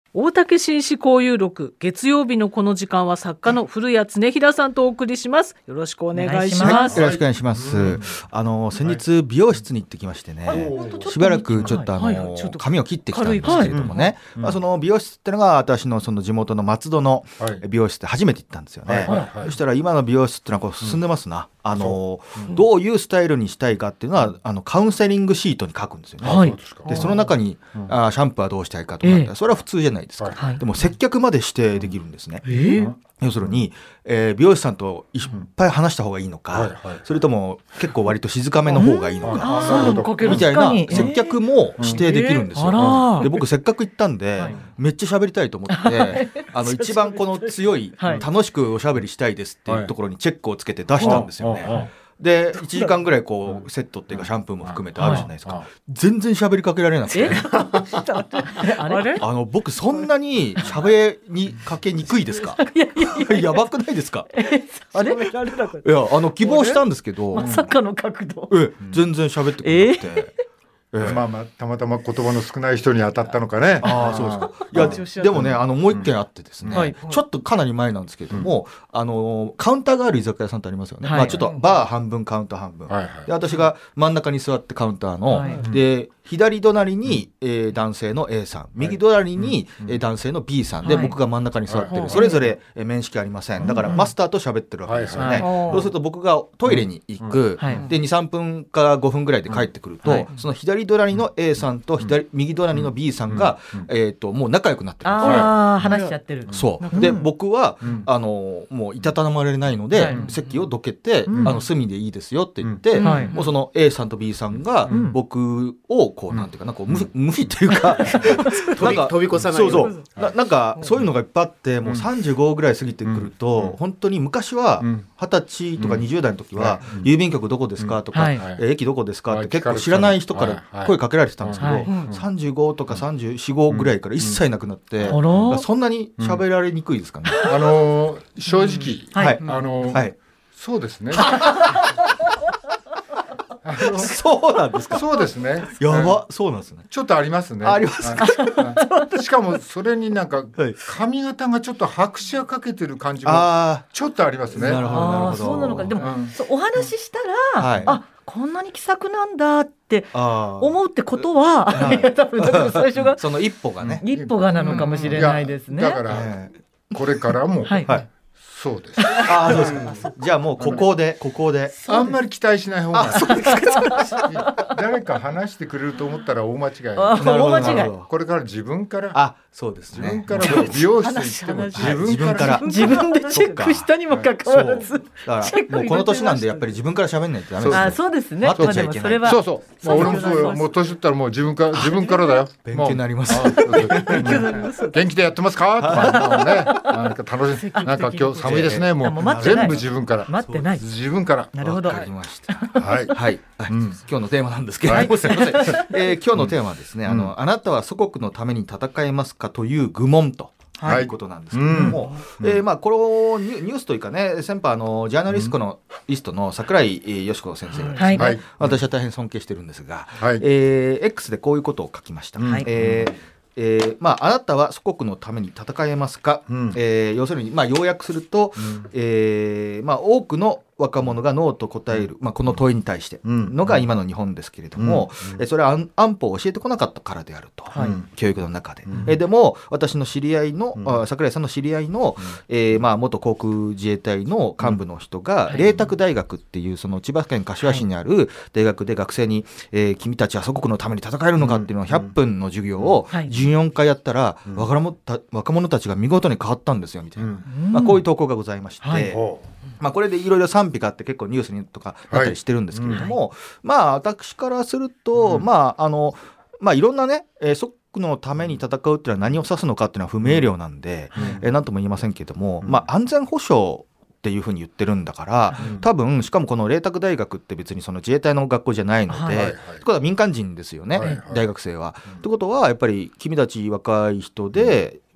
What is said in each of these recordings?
大竹紳士交友録、月曜日のこの時間は作家の古谷恒平さんとお送りします。よろしくお願いします。 よろしくお願いします。先日美容室に行ってきましてね、しばらくちょっと髪を切ってきたんですけれどもね、その美容室ってのが私のその地元の松戸の美容室で初めて行ったんですよね。そしたら今の美容室ってのはこう進んでますな。どういうスタイルにしたいかっていうのはカウンセリングシートに書くんですよね。でその中にシャンプーはどうしたいかとか、それは普通じゃないですか。でも接客までしてできるんですね。要するに、美容師さんといっぱい話した方がいいのか、それとも結構割と静かめの方がいいのか、みたいな接客も指定できるんですよ。で僕せっかく行ったんで、めっちゃ喋りたいと思って一番この強い、楽しくおしゃべりしたいですっていうところにチェックをつけて出したんですよね。で1時間ぐらいこうセットっていうかシャンプーも含めてあるじゃないですか。全然喋りかけられなくて僕そんなに喋りかけにくいですか？やばくないですか？ あれ？いや希望したんですけど、 まさかの角度、 全然喋ってくれなくて、 たまたま言葉の少ない人に当たったのかね。 そうですか。いやでもねもう一件あってですね、ちょっとかなり前なんですけれども、カウンターがある居酒屋さんってありますよね。ちょっとバー半分カウンター半分、で私が真ん中に座ってカウンターの、で左隣に、男性の A さん、右隣に、男性の B さんで、僕が真ん中に座ってる、それぞれ、面識ありません。だからマスターと喋ってるわけですよね。そうすると僕がトイレに行く、で 2,3 分か5分ぐらいで帰ってくると、その左隣の A さんと右隣の B さんが、もう仲良くなってるんですね。 話しちゃってる。 そうで僕はもういたたまれないので、席をどけて、隅でいいですよって言って、もうその A さんと B さんが僕をこうなんていうかな、こう無理っていうか飛び越さないように。 なんかそういうのがいっぱいあって、もう35ぐらい過ぎてくると、本当に昔は20歳とか20代の時は、郵便局どこですかとか、駅どこですかって結構知らない人から声かけられてたんですけど、35とか34、5ぐらいから一切なくなって、そんなに喋られにくいですかね。 正直、そうですね。 そうなんですか。 そうですね。 やば、そうなんですね。 ちょっとありますね。 ありますか。 しかもそれになんか髪型がちょっと拍車かけてる感じもちょっとありますね。 なるほどなるほど。 そうなのか。でも、お話ししたら、こんなに気さくなんだって思うってことは、多分最初がその一歩がね、 一歩がなのかもしれないですね。 だからこれからも。そうです。 そうですか。じゃあもうここであんまり期待しない方が。誰か話してくれると思ったら大間違い。 大間違い。 これから自分から。 そうですね。 自分から美容室行っても自分から自分でチェックしたにもかかわらず。 だからもうこの年なんでやっぱり自分から喋んないとダメですよ。 そうですね。 待ってちゃいけない。 そう。俺もそうよ。もう年取ったらもう自分からだよ。 勉強になります。 元気でやってますか？とかね。なんか楽しい。なんか今日寒いですね。もう全部自分から。 待ってない。 自分から。 なるほど。 わかりました。はい。今日のテーマなんですけども、すいません。今日のテーマはですね、あなたは祖国のために戦えますかという愚問と。いうことなんですけれども、これニュースというかね、先般ジャーナリストの櫻井よし子先生がですね、私は大変尊敬してるんですが、X でこういうことを書きました。あなたは祖国のために戦えますか、要するに、要約すると、多くの若者がノーと答える、この問いに対してのが今の日本ですけれども、それは安保を教えてこなかったからであると、教育の中で、でも私の知り合いの、櫻井さんの知り合いの、元航空自衛隊の幹部の人が、麗澤大学っていうその千葉県柏市にある大学で学生に、君たちは祖国のために戦えるのかっていうのを100分の授業を14回やったら、若者たちが見事に変わったんですよみたいな、こういう投稿がございまして、これでいろいろ賛否があって結構ニュースにとかなったりしてるんですけれども、私からすると、いろんなね、祖国のために戦うっていうのは何を指すのかっていうのは不明瞭なんで、何とも言いませんけれども、安全保障っていうふうに言ってるんだから、多分しかもこの麗澤大学って別にその自衛隊の学校じゃないので、ってことは民間人ですよね、大学生は。ってことはやっぱり君たち若い人で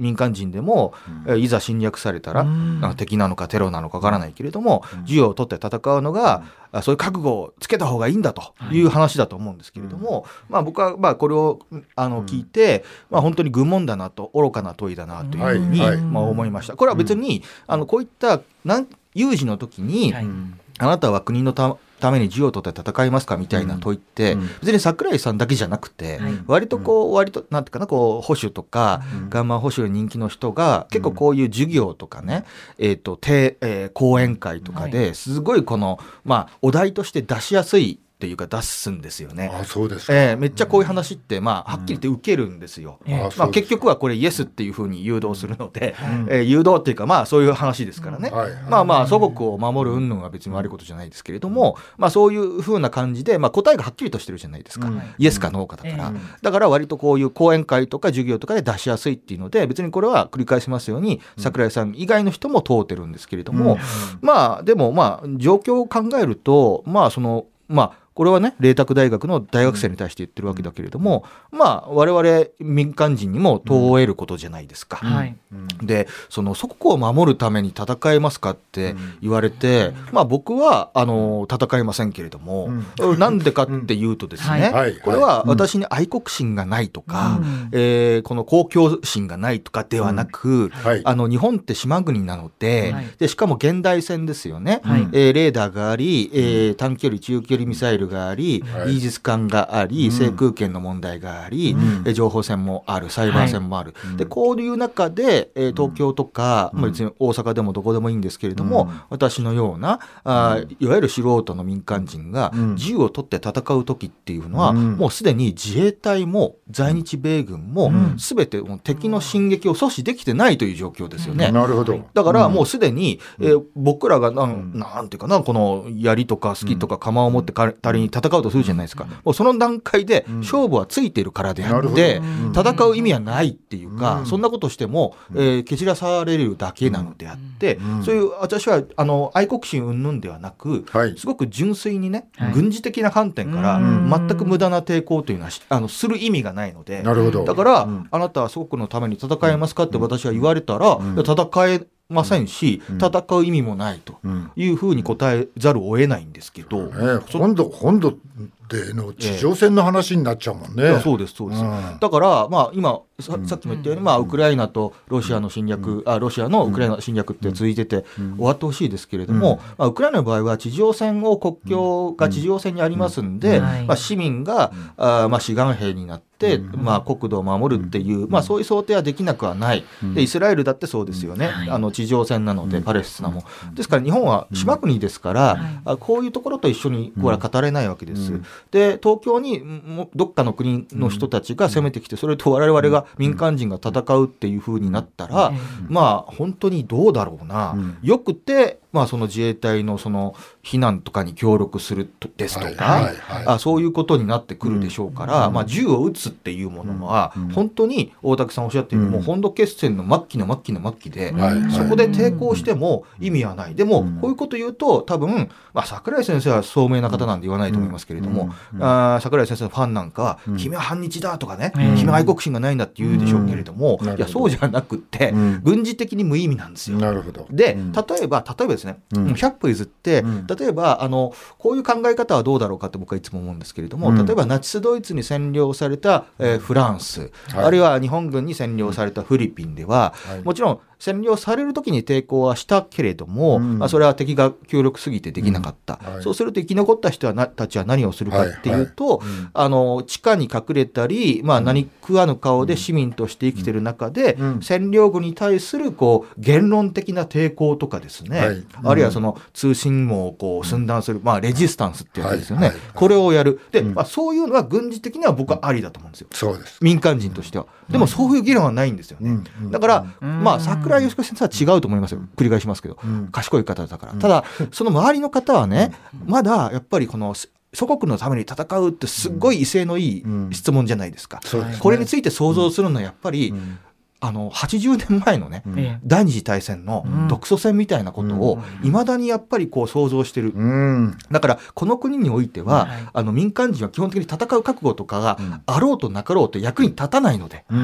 民間人でも、いざ侵略されたら、敵なのかテロなのかわからないけれども、銃を取って戦うのが、そういう覚悟をつけた方がいいんだという話だと思うんですけれども、僕はこれを聞いて、本当に愚問だなと、愚かな問いだなというふうに、思いました。これは別に、こういった有事の時に、あなたは国のために銃を取って戦いますかみたいな問いって、別に櫻井さんだけじゃなくて、割となんていうかな、保守とか、ガンマン保守人気の人が結構こういう授業とかね、講演会とかですごいお題として出しやすいっていうか出すんですよね。 そうですか。 めっちゃこういう話ってはっきり言って受けるんですよ。結局はこれイエスっていうふうに誘導するので、誘導っていうかそういう話ですからね。祖国を守る云々は別に悪いことじゃないですけれども、そういうふうな感じで、答えがはっきりとしてるじゃないですか。イエスかノーかだから。だから割とこういう講演会とか授業とかで出しやすいっていうので、別にこれは繰り返しますように櫻井さん以外の人も通ってるんですけれども、でも状況を考えるとこれはね、麗澤大学の大学生に対して言ってるわけだけれども、我々民間人にも問えることじゃないですか。で、祖国を守るために戦えますかって言われて、僕は戦えませんけれども、なんでかっていうとですね、これは私に愛国心がないとか、この公共心がないとかではなく、日本って島国なので、しかも現代戦ですよね。レーダーがあり、短距離中距離ミサイルがあり、イージス艦があり、制空権の問題があり、情報戦もある、サイバー戦もある。でこういう中で、東京とか、別に大阪でもどこでもいいんですけれども、私のようないわゆる素人の民間人が銃を取って戦う時っていうのは、もうすでに自衛隊も在日米軍も全て敵の進撃を阻止できてないという状況ですよね。 なるほど。 だからもうすでに、僕らがなんていうかな、この槍とかスキとか鎌を持って仮に戦うとするじゃないですか。もうその段階で勝負はついているからであって、戦う意味はないっていうか、そんなことしても、蹴散らされるだけなのであって、そういう私は愛国心云々ではなく、すごく純粋にね、軍事的な観点から全く無駄な抵抗というのはする意味がないので、だから、あなたは祖国のために戦えますかって私は言われたら、戦えませんし、戦う意味もないというふうに答えざるを得ないんですけど、 今度での地上戦の話になっちゃうもんね。 そうです。だから今さっきも言ったように、ウクライナとロシアの侵略、ロシアのウクライナ侵略って続いてて終わってほしいですけれども、ウクライナの場合は地上戦を国境が地上戦にありますんで、市民が志願兵になって国土を守るっていう、そういう想定はできなくはない。でイスラエルだってそうですよね。地上戦なので、パレスチナもですから、日本は島国ですから、こういうところと一緒にこれは語れないわけです。で東京にどっかの国の人たちが攻めてきて、それと我々が民間人が戦うっていう風になったら、本当にどうだろうな、よくてその自衛隊のその避難とかに協力するですとか、そういうことになってくるでしょうから、銃を撃つっていうものは、本当に大竹さんおっしゃっている、もう本土決戦の末期で、そこで抵抗しても意味はない。でもこういうこと言うと多分、櫻井先生は聡明な方なんで言わないと思いますけれども、櫻井先生のファンなんかは、君は反日だとかね、君は愛国心がないんだって言うでしょうけれども、いやそうじゃなくって、軍事的に無意味なんですよ。で例えばですね、100歩譲って、例えばこういう考え方はどうだろうかって僕はいつも思うんですけれども、例えばナチスドイツに占領された、フランス、あるいは日本軍に占領されたフィリピンでは、もちろん占領される時に抵抗はしたけれども、それは敵が強力すぎてできなかった。そうすると生き残った人たちは何をするかっていうと、地下に隠れたり、何食わぬ顔で市民として生きている中で、占領軍に対する言論的な抵抗とかですね、あるいはその通信網を寸断する、レジスタンスってやつですよね。これをやる。で、そういうのは軍事的には僕はありだと思うんですよ。 そうです。 民間人としては。でもそういう議論はないんですよね。だから櫻井義子先生は違うと思いますよ。繰り返しますけど、賢い方だから。ただその周りの方はね、まだやっぱりこの祖国のために戦うってすごい威勢のいい質問じゃないですか。これについて想像するのはやっぱり、80年前のね、第二次大戦の独ソ戦みたいなことをいまだにやっぱり想像してる。だからこの国においては、民間人は基本的に戦う覚悟とかがあろうとなかろうと役に立たないので、っ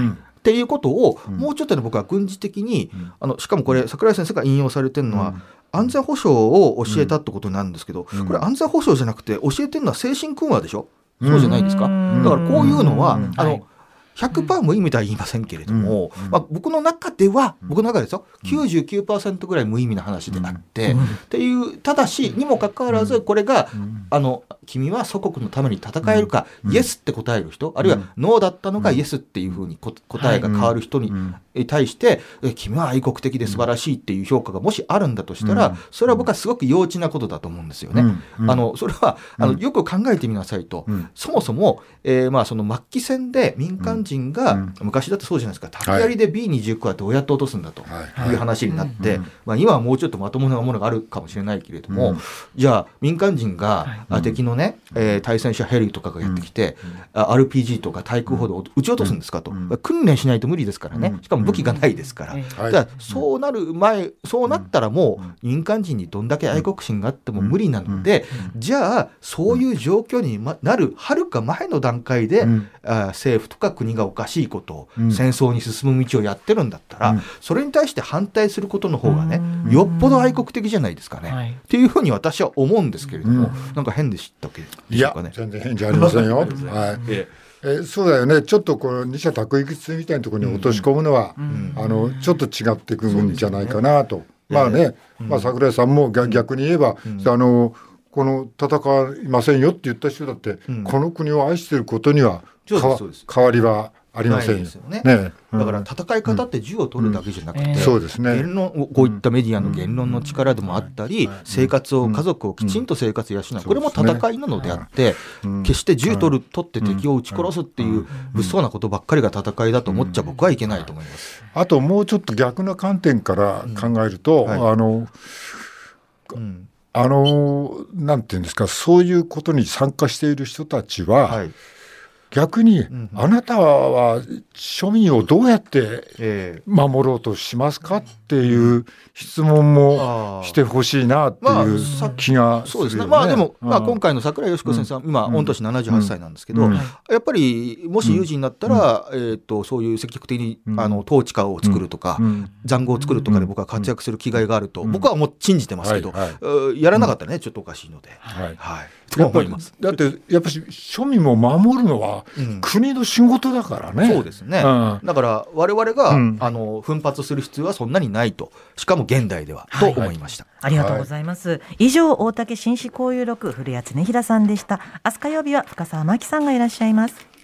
っていうことをもうちょっとね僕は軍事的に、しかもこれ櫻井先生が引用されてるのは、安全保障を教えたってことなんですけど、これ安全保障じゃなくて教えてるのは精神訓話でしょ、そうじゃないですか。だからこういうのは100% 無意味とは言いませんけれども、僕の中でですよ 99% ぐらい無意味な話であって、っていうただしにもかかわらずこれが君は祖国のために戦えるか、イエスって答える人、あるいはノーだったのがイエスっていうふうに答えが変わる人に対して君は愛国的で素晴らしいっていう評価がもしあるんだとしたら、それは僕はすごく幼稚なことだと思うんですよね。それはよく考えてみなさいと、そもそもその末期戦で民間人が昔だってそうじゃないですか、竹槍で B29 はどうやって落とすんだという話になって、今はもうちょっとまともなものがあるかもしれないけれども、じゃあ民間人が敵のね対戦車ヘリとかがやってきて、RPG とか対空砲で撃ち落とすんですかと、訓練しないと無理ですからね、しかも武器がないですから、だからそうなったらもう民間人にどんだけ愛国心があっても無理なので、じゃあそういう状況になるはるか前の段階で、政府とか国がおかしいことを、戦争に進む道をやってるんだったら、それに対して反対することの方がね、よっぽど愛国的じゃないですかね、っていうふうに私は思うんですけれども、なんか変でしたっけでしょうかね。 いや全然変じゃありませんよ。そうだよね。ちょっとこの二者択一みたいなところに落とし込むのは、ちょっと違ってくるんじゃないかなと。櫻井さんも逆に言えば、この戦いませんよって言った人だって、この国を愛していることには変わりはありませんよね。 だから戦い方って銃を取るだけじゃなくて、 そうですね、 こういったメディアの言論の力でもあったり、家族をきちんと生活を養う、これも戦いなのであって、決して銃取って敵を撃ち殺すっていう物騒なことばっかりが戦いだと思っちゃ僕はいけないと思います。 あともうちょっと逆な観点から考えると、なんていうんですか、そういうことに参加している人たちは、逆に、あなたは庶民をどうやって守ろうとしますかっていう質問もしてほしいなっていう気がするよね。 でも、今回の櫻井よし子先生は今御年78歳なんですけど、やっぱりもし有事になったら、そういう積極的に統治下を作るとか、塹壕を作るとかで僕は活躍する気概があると僕はもう信じてますけど、やらなかったらねちょっとおかしいので、と思います。 だってやっぱり庶民も守るのは国の仕事だからね。 そうですね、だから我々が、奮発する必要はそんなにないと、しかも現代では、と思いました。 ありがとうございます。以上、大竹紳士交友録、古谷恒平さんでした。明日火曜日は深澤真希さんがいらっしゃいます。